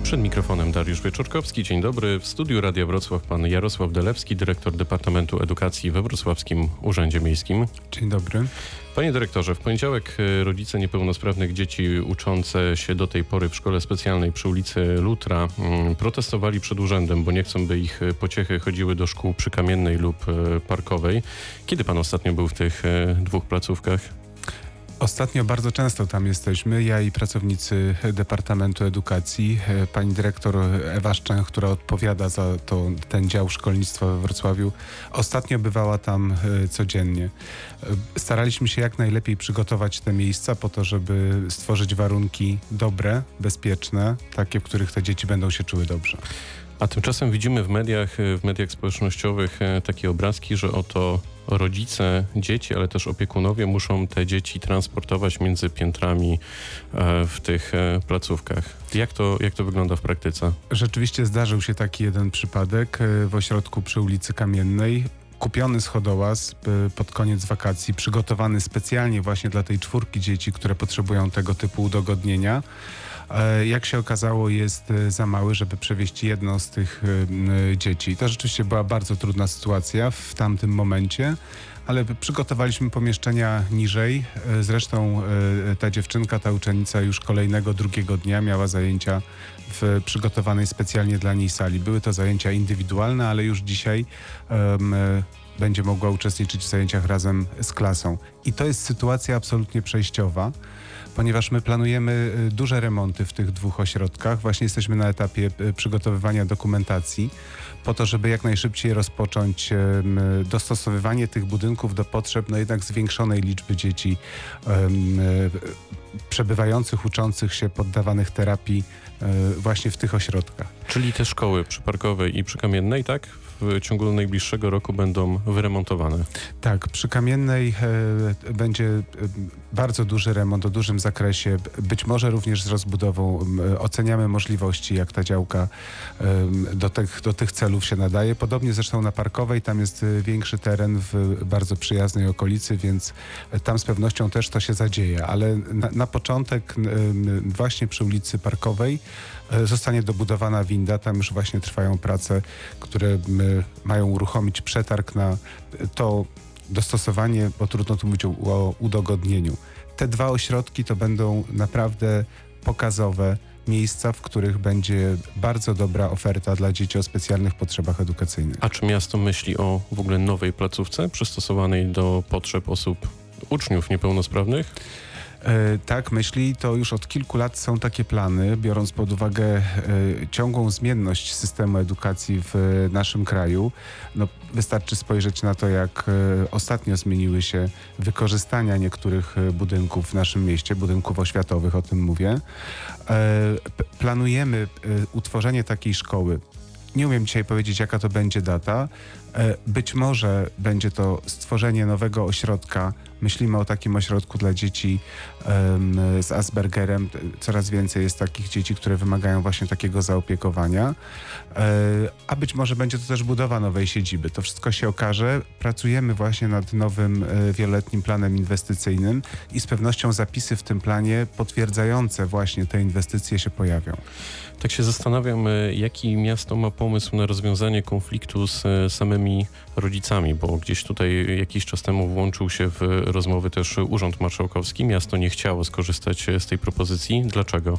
Przed mikrofonem Dariusz Wieczorkowski. Dzień dobry. W studiu Radia Wrocław pan Jarosław Delewski, dyrektor Departamentu Edukacji we Wrocławskim Urzędzie Miejskim. Dzień dobry. Panie dyrektorze, w poniedziałek rodzice niepełnosprawnych dzieci uczące się do tej pory w szkole specjalnej przy ulicy Lutra protestowali przed urzędem, bo nie chcą, by ich pociechy chodziły do szkół przy Kamiennej lub Parkowej. Kiedy pan ostatnio był w tych dwóch placówkach? Ostatnio bardzo często tam jesteśmy, ja i pracownicy Departamentu Edukacji. Pani dyrektor Ewa Szczęch, która odpowiada za ten dział szkolnictwa we Wrocławiu, ostatnio bywała tam codziennie. Staraliśmy się jak najlepiej przygotować te miejsca po to, żeby stworzyć warunki dobre, bezpieczne, takie, w których te dzieci będą się czuły dobrze. A tymczasem widzimy w mediach społecznościowych takie obrazki, że oto rodzice dzieci, ale też opiekunowie muszą te dzieci transportować między piętrami w tych placówkach. Jak to wygląda w praktyce? Rzeczywiście zdarzył się taki jeden przypadek w ośrodku przy ulicy Kamiennej. Kupiony schodołaz pod koniec wakacji, przygotowany specjalnie właśnie dla tej czwórki dzieci, które potrzebują tego typu udogodnienia. Jak się okazało, jest za mały, żeby przewieźć jedno z tych dzieci. To rzeczywiście była bardzo trudna sytuacja w tamtym momencie, ale przygotowaliśmy pomieszczenia niżej. Zresztą ta dziewczynka, ta uczennica już drugiego dnia miała zajęcia w przygotowanej specjalnie dla niej sali. Były to zajęcia indywidualne, ale już dzisiaj będzie mogła uczestniczyć w zajęciach razem z klasą. I to jest sytuacja absolutnie przejściowa, ponieważ my planujemy duże remonty w tych dwóch ośrodkach. Właśnie jesteśmy na etapie przygotowywania dokumentacji po to, żeby jak najszybciej rozpocząć dostosowywanie tych budynków do potrzeb jednak zwiększonej liczby dzieci przebywających, uczących się, poddawanych terapii właśnie w tych ośrodkach. Czyli te szkoły przy Parkowej i przy Kamiennej, tak? W ciągu najbliższego roku będą wyremontowane. Tak, przy Kamiennej będzie bardzo duży remont o dużym zakresie, być może również z rozbudową. Oceniamy możliwości, jak ta działka do tych celów się nadaje. Podobnie zresztą na Parkowej, tam jest większy teren w bardzo przyjaznej okolicy, więc tam z pewnością też to się zadzieje, ale na początek właśnie przy ulicy Parkowej zostanie dobudowana winda. Tam już właśnie trwają prace, które mają uruchomić przetarg na to dostosowanie, bo trudno tu mówić o udogodnieniu. Te dwa ośrodki to będą naprawdę pokazowe miejsca, w których będzie bardzo dobra oferta dla dzieci o specjalnych potrzebach edukacyjnych. A czy miasto myśli o w ogóle nowej placówce przystosowanej do potrzeb uczniów niepełnosprawnych? Tak, myśli. To już od kilku lat są takie plany, biorąc pod uwagę ciągłą zmienność systemu edukacji w naszym kraju. Wystarczy spojrzeć na to, jak ostatnio zmieniły się wykorzystania niektórych budynków w naszym mieście, budynków oświatowych, o tym mówię. Planujemy utworzenie takiej szkoły. Nie umiem dzisiaj powiedzieć, jaka to będzie data. Być może będzie to stworzenie nowego ośrodka. Myślimy o takim ośrodku dla dzieci z Aspergerem. Coraz więcej jest takich dzieci, które wymagają właśnie takiego zaopiekowania. A być może będzie to też budowa nowej siedziby. To wszystko się okaże. Pracujemy właśnie nad nowym wieloletnim planem inwestycyjnym i z pewnością zapisy w tym planie potwierdzające właśnie te inwestycje się pojawią. Tak się zastanawiam, jaki miasto ma pomysł na rozwiązanie konfliktu z samymi rodzicami, bo gdzieś tutaj jakiś czas temu włączył się w rozmowy też Urząd Marszałkowski. Miasto nie chciało skorzystać z tej propozycji. Dlaczego?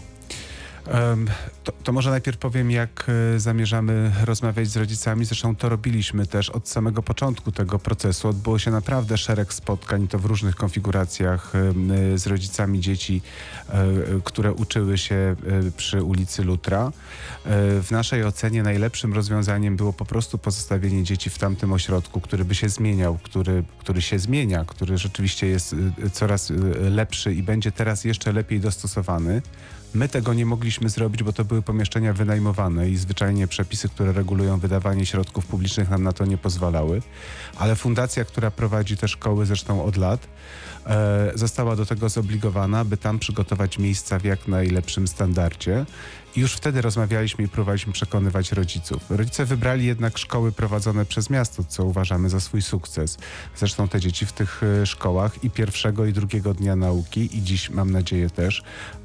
To może najpierw powiem, jak zamierzamy rozmawiać z rodzicami. Zresztą to robiliśmy też od samego początku tego procesu. Odbyło się naprawdę szereg spotkań, to w różnych konfiguracjach z rodzicami dzieci, które uczyły się przy ulicy Lutra. W naszej ocenie najlepszym rozwiązaniem było po prostu pozostawienie dzieci w tamtym ośrodku, który by się zmieniał, który się zmienia, który rzeczywiście jest coraz lepszy i będzie teraz jeszcze lepiej dostosowany. My tego nie mogliśmy zrobić, bo to były pomieszczenia wynajmowane i zwyczajnie przepisy, które regulują wydawanie środków publicznych, nam na to nie pozwalały. Ale fundacja, która prowadzi te szkoły zresztą od lat, została do tego zobligowana, by tam przygotować miejsca w jak najlepszym standardzie. Już wtedy rozmawialiśmy i próbowaliśmy przekonywać rodziców. Rodzice wybrali jednak szkoły prowadzone przez miasto, co uważamy za swój sukces. Zresztą te dzieci w tych szkołach i pierwszego i drugiego dnia nauki i dziś mam nadzieję też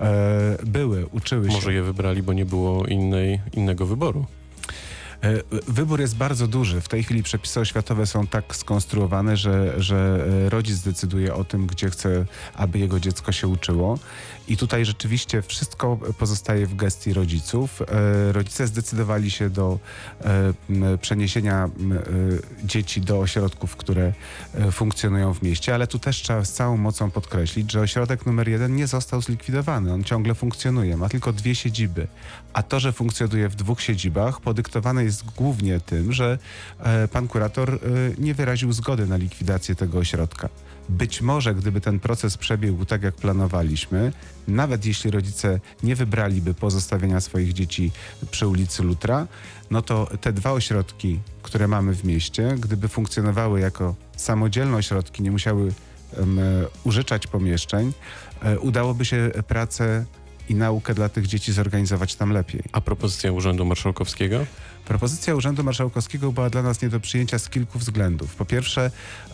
uczyły się. Może je wybrali, bo nie było innego wyboru. Wybór jest bardzo duży. W tej chwili przepisy oświatowe są tak skonstruowane, że rodzic decyduje o tym, gdzie chce, aby jego dziecko się uczyło. I tutaj rzeczywiście wszystko pozostaje w gestii rodziców. Rodzice zdecydowali się do przeniesienia dzieci do ośrodków, które funkcjonują w mieście, ale tu też trzeba z całą mocą podkreślić, że ośrodek numer 1 nie został zlikwidowany. On ciągle funkcjonuje. Ma tylko 2 siedziby. A to, że funkcjonuje w 2 siedzibach, podyktowane jest głównie tym, że pan kurator nie wyraził zgody na likwidację tego ośrodka. Być może, gdyby ten proces przebiegł tak, jak planowaliśmy, nawet jeśli rodzice nie wybraliby pozostawienia swoich dzieci przy ulicy Lutra, no to te 2 ośrodki, które mamy w mieście, gdyby funkcjonowały jako samodzielne ośrodki, nie musiały użyczać pomieszczeń, udałoby się pracę i naukę dla tych dzieci zorganizować tam lepiej. A propozycja Urzędu Marszałkowskiego? Propozycja Urzędu Marszałkowskiego była dla nas nie do przyjęcia z kilku względów. Po pierwsze,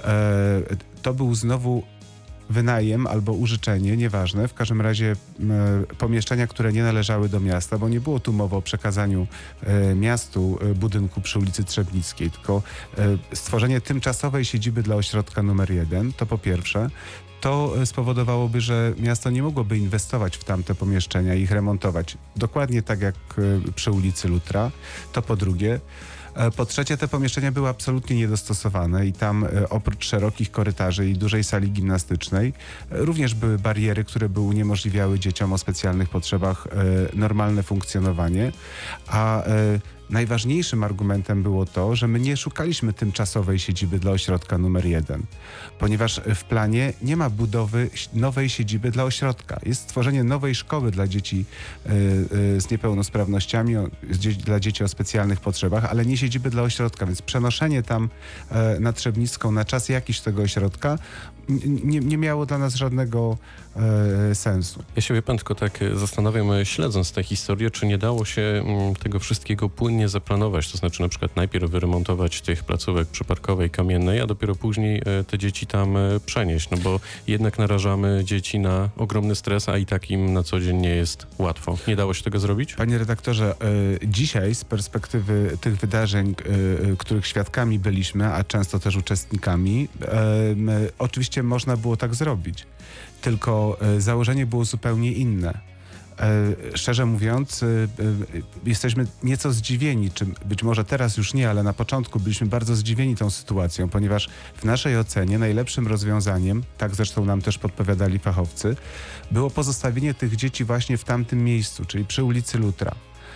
to był znowu wynajem albo użyczenie, nieważne, w każdym razie pomieszczenia, które nie należały do miasta, bo nie było tu mowy o przekazaniu miastu budynku przy ulicy Trzebnickiej, tylko stworzenie tymczasowej siedziby dla ośrodka numer 1, to po pierwsze. To spowodowałoby, że miasto nie mogłoby inwestować w tamte pomieszczenia i ich remontować. Dokładnie tak jak przy ulicy Lutra. To po drugie. Po trzecie, te pomieszczenia były absolutnie niedostosowane i tam oprócz szerokich korytarzy i dużej sali gimnastycznej również były bariery, które by uniemożliwiały dzieciom o specjalnych potrzebach normalne funkcjonowanie, a najważniejszym argumentem było to, że my nie szukaliśmy tymczasowej siedziby dla ośrodka numer 1, ponieważ w planie nie ma budowy nowej siedziby dla ośrodka. Jest stworzenie nowej szkoły dla dzieci z niepełnosprawnościami, dla dzieci o specjalnych potrzebach, ale nie siedziby dla ośrodka, więc przenoszenie tam na Trzebnicką na czas jakiś tego ośrodka nie miało dla nas żadnego sensu. Ja się, wie pan, tylko tak zastanawiam, śledząc tę historię, czy nie dało się tego wszystkiego płynnie zaplanować, to znaczy na przykład najpierw wyremontować tych placówek przyparkowej, kamiennej, a dopiero później te dzieci tam przenieść, no bo jednak narażamy dzieci na ogromny stres, a i tak im na co dzień nie jest łatwo. Nie dało się tego zrobić? Panie redaktorze, dzisiaj z perspektywy tych wydarzeń, których świadkami byliśmy, a często też uczestnikami, oczywiście można było tak zrobić. Tylko założenie było zupełnie inne. Szczerze mówiąc, jesteśmy nieco zdziwieni, czy być może teraz już nie, ale na początku byliśmy bardzo zdziwieni tą sytuacją, ponieważ w naszej ocenie najlepszym rozwiązaniem, tak zresztą nam też podpowiadali fachowcy, było pozostawienie tych dzieci właśnie w tamtym miejscu, czyli przy ulicy Lutra.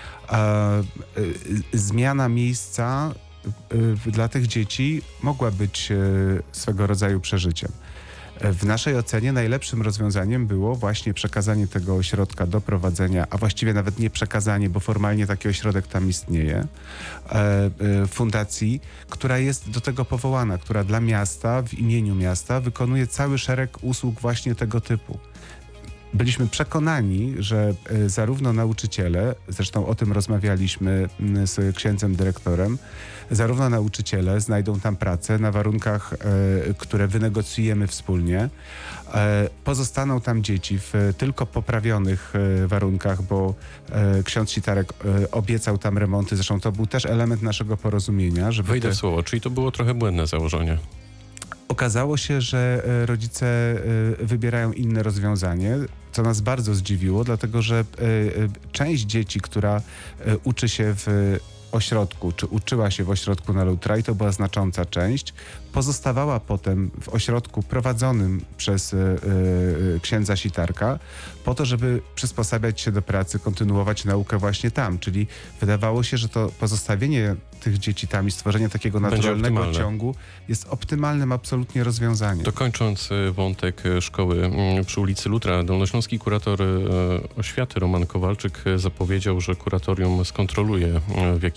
Zmiana miejsca dla tych dzieci mogła być swego rodzaju przeżyciem. W naszej ocenie najlepszym rozwiązaniem było właśnie przekazanie tego ośrodka do prowadzenia, a właściwie nawet nie przekazanie, bo formalnie taki ośrodek tam istnieje, fundacji, która jest do tego powołana, która dla miasta, w imieniu miasta wykonuje cały szereg usług właśnie tego typu. Byliśmy przekonani, że zarówno nauczyciele, zresztą o tym rozmawialiśmy z księdzem dyrektorem, zarówno nauczyciele znajdą tam pracę na warunkach, które wynegocjujemy wspólnie. Pozostaną tam dzieci w tylko poprawionych warunkach, bo ksiądz Sitarek obiecał tam remonty. Zresztą to był też element naszego porozumienia. Żeby Wejdę w słowo, czyli to było trochę błędne założenie. Okazało się, że rodzice wybierają inne rozwiązanie, co nas bardzo zdziwiło, dlatego że część dzieci, która uczy się w ośrodku, czy uczyła się w ośrodku na Lutra, i to była znacząca część, pozostawała potem w ośrodku prowadzonym przez księdza Sitarka po to, żeby przysposabiać się do pracy, kontynuować naukę właśnie tam. Czyli wydawało się, że to pozostawienie tych dzieci tam i stworzenie takiego naturalnego ciągu jest optymalnym absolutnie rozwiązaniem. Dokończąc wątek szkoły przy ulicy Lutra, dolnośląski kurator oświaty Roman Kowalczyk zapowiedział, że kuratorium skontroluje, w jaki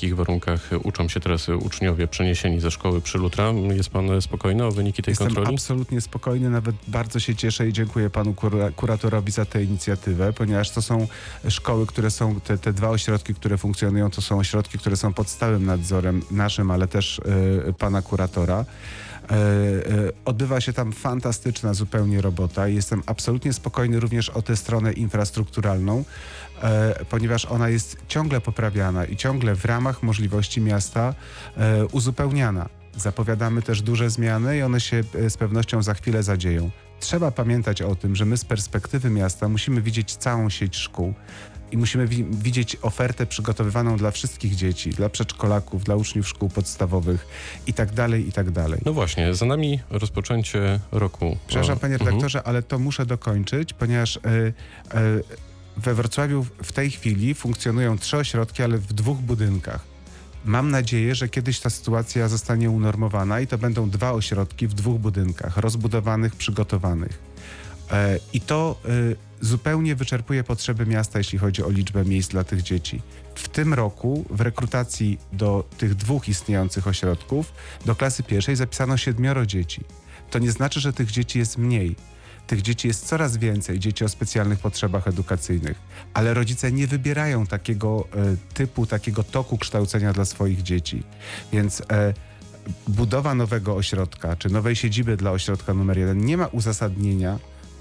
jakich warunkach uczą się teraz uczniowie przeniesieni ze szkoły przy Lutra. Jest pan spokojny o wyniki tej kontroli? Jestem absolutnie spokojny, nawet bardzo się cieszę i dziękuję panu kuratorowi za tę inicjatywę, ponieważ to są szkoły, które są, te dwa ośrodki, które funkcjonują, to są ośrodki, które są pod stałym nadzorem naszym, ale też pana kuratora. Odbywa się tam fantastyczna zupełnie robota i jestem absolutnie spokojny również o tę stronę infrastrukturalną, ponieważ ona jest ciągle poprawiana i ciągle w ramach możliwości miasta uzupełniana. Zapowiadamy też duże zmiany i one się z pewnością za chwilę zadzieją. Trzeba pamiętać o tym, że my z perspektywy miasta musimy widzieć całą sieć szkół i musimy widzieć ofertę przygotowywaną dla wszystkich dzieci, dla przedszkolaków, dla uczniów szkół podstawowych i tak dalej, i tak dalej. No właśnie, za nami rozpoczęcie roku. Przepraszam, panie redaktorze, ale to muszę dokończyć, ponieważ we Wrocławiu w tej chwili funkcjonują 3 ośrodki, ale w 2 budynkach. Mam nadzieję, że kiedyś ta sytuacja zostanie unormowana i to będą 2 ośrodki w 2 budynkach, rozbudowanych, przygotowanych. I to zupełnie wyczerpuje potrzeby miasta, jeśli chodzi o liczbę miejsc dla tych dzieci. W tym roku w rekrutacji do tych 2 istniejących ośrodków do klasy 1 zapisano 7 dzieci. To nie znaczy, że tych dzieci jest mniej. Tych dzieci jest coraz więcej, dzieci o specjalnych potrzebach edukacyjnych, ale rodzice nie wybierają takiego takiego toku kształcenia dla swoich dzieci. Więc budowa nowego ośrodka, czy nowej siedziby dla ośrodka numer 1 nie ma uzasadnienia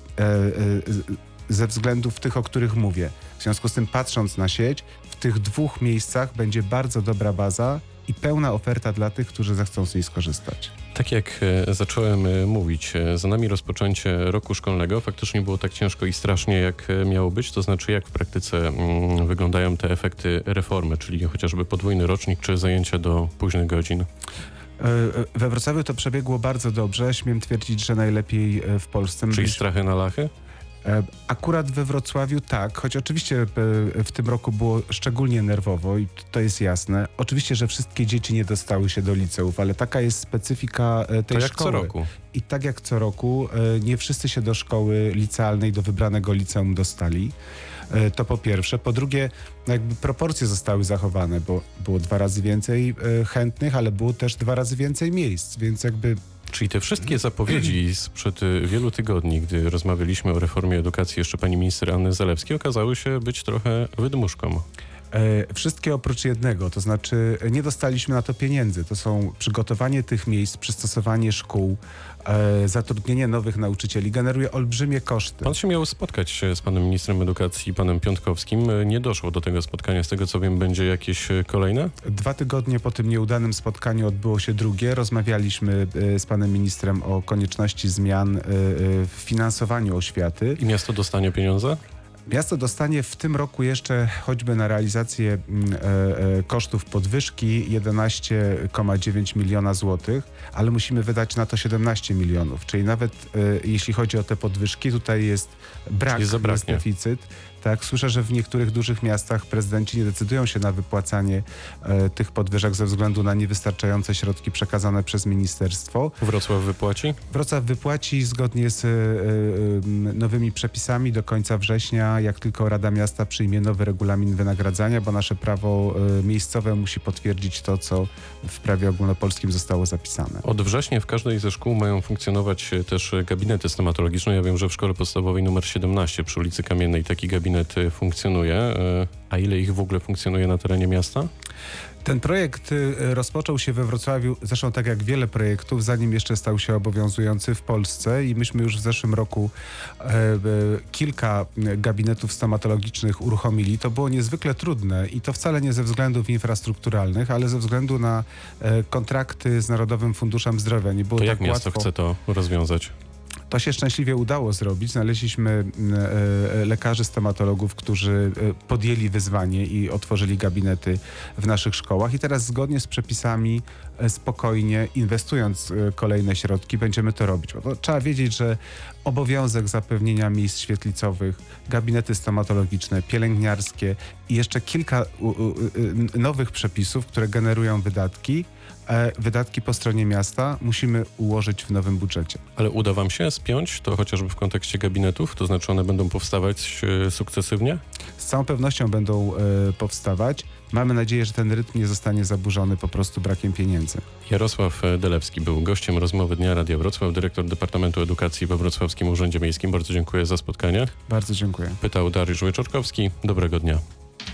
ze względów tych, o których mówię. W związku z tym, patrząc na sieć, w tych 2 miejscach będzie bardzo dobra baza i pełna oferta dla tych, którzy zechcą z niej skorzystać. Tak jak zacząłem mówić, za nami rozpoczęcie roku szkolnego. Faktycznie było tak ciężko i strasznie, jak miało być. To znaczy, jak w praktyce wyglądają te efekty reformy, czyli chociażby podwójny rocznik, czy zajęcia do późnych godzin? We Wrocławiu to przebiegło bardzo dobrze. Śmiem twierdzić, że najlepiej w Polsce. Czyli strachy na lachy? Akurat we Wrocławiu tak, choć oczywiście w tym roku było szczególnie nerwowo i to jest jasne. Oczywiście, że wszystkie dzieci nie dostały się do liceów, ale taka jest specyfika tej to jak szkoły. co roku. I tak jak co roku, nie wszyscy się do szkoły licealnej, do wybranego liceum dostali. To po pierwsze. Po drugie, jakby proporcje zostały zachowane, bo było 2 razy więcej chętnych, ale było też 2 razy więcej miejsc, więc jakby... Czyli te wszystkie zapowiedzi sprzed wielu tygodni, gdy rozmawialiśmy o reformie edukacji jeszcze pani minister Anny Zalewskiej, okazały się być trochę wydmuszką. Wszystkie oprócz jednego, to znaczy nie dostaliśmy na to pieniędzy. To są przygotowanie tych miejsc, przystosowanie szkół, zatrudnienie nowych nauczycieli generuje olbrzymie koszty. Pan się miał spotkać z panem ministrem edukacji, panem Piątkowskim. Nie doszło do tego spotkania. Z tego co wiem, będzie jakieś kolejne? 2 tygodnie po tym nieudanym spotkaniu odbyło się drugie. Rozmawialiśmy z panem ministrem o konieczności zmian w finansowaniu oświaty. I miasto dostanie pieniądze? Miasto dostanie w tym roku jeszcze choćby na realizację kosztów podwyżki 11,9 miliona złotych, ale musimy wydać na to 17 milionów. Czyli nawet jeśli chodzi o te podwyżki, tutaj jest brak, jest deficyt. Tak, słyszę, że w niektórych dużych miastach prezydenci nie decydują się na wypłacanie tych podwyżek ze względu na niewystarczające środki przekazane przez ministerstwo. Wrocław wypłaci? Wrocław wypłaci zgodnie z nowymi przepisami do końca września, jak tylko Rada Miasta przyjmie nowy regulamin wynagradzania, bo nasze prawo miejscowe musi potwierdzić to, co w prawie ogólnopolskim zostało zapisane. Od września w każdej ze szkół mają funkcjonować też gabinety stomatologiczne. Ja wiem, że w szkole podstawowej numer 17 przy ulicy Kamiennej taki gabinet funkcjonuje. A ile ich w ogóle funkcjonuje na terenie miasta? Ten projekt rozpoczął się we Wrocławiu, zresztą tak jak wiele projektów, zanim jeszcze stał się obowiązujący w Polsce i myśmy już w zeszłym roku kilka gabinetów stomatologicznych uruchomili. To było niezwykle trudne i to wcale nie ze względów infrastrukturalnych, ale ze względu na kontrakty z Narodowym Funduszem Zdrowia. Nie było to tak jak miasto łatwo chce to rozwiązać? To się szczęśliwie udało zrobić. Znaleźliśmy lekarzy stomatologów, którzy podjęli wyzwanie i otworzyli gabinety w naszych szkołach. I teraz zgodnie z przepisami, spokojnie, inwestując kolejne środki, będziemy to robić. Bo to trzeba wiedzieć, że obowiązek zapewnienia miejsc świetlicowych, gabinety stomatologiczne, pielęgniarskie i jeszcze kilka nowych przepisów, które generują wydatki po stronie miasta musimy ułożyć w nowym budżecie. Ale uda wam się spiąć to chociażby w kontekście gabinetów? To znaczy one będą powstawać sukcesywnie? Z całą pewnością będą powstawać. Mamy nadzieję, że ten rytm nie zostanie zaburzony po prostu brakiem pieniędzy. Jarosław Delewski był gościem rozmowy Dnia Radia Wrocław, dyrektor Departamentu Edukacji we Wrocławskim Urzędzie Miejskim. Bardzo dziękuję za spotkanie. Bardzo dziękuję. Pytał Dariusz Wieczorkowski. Dobrego dnia.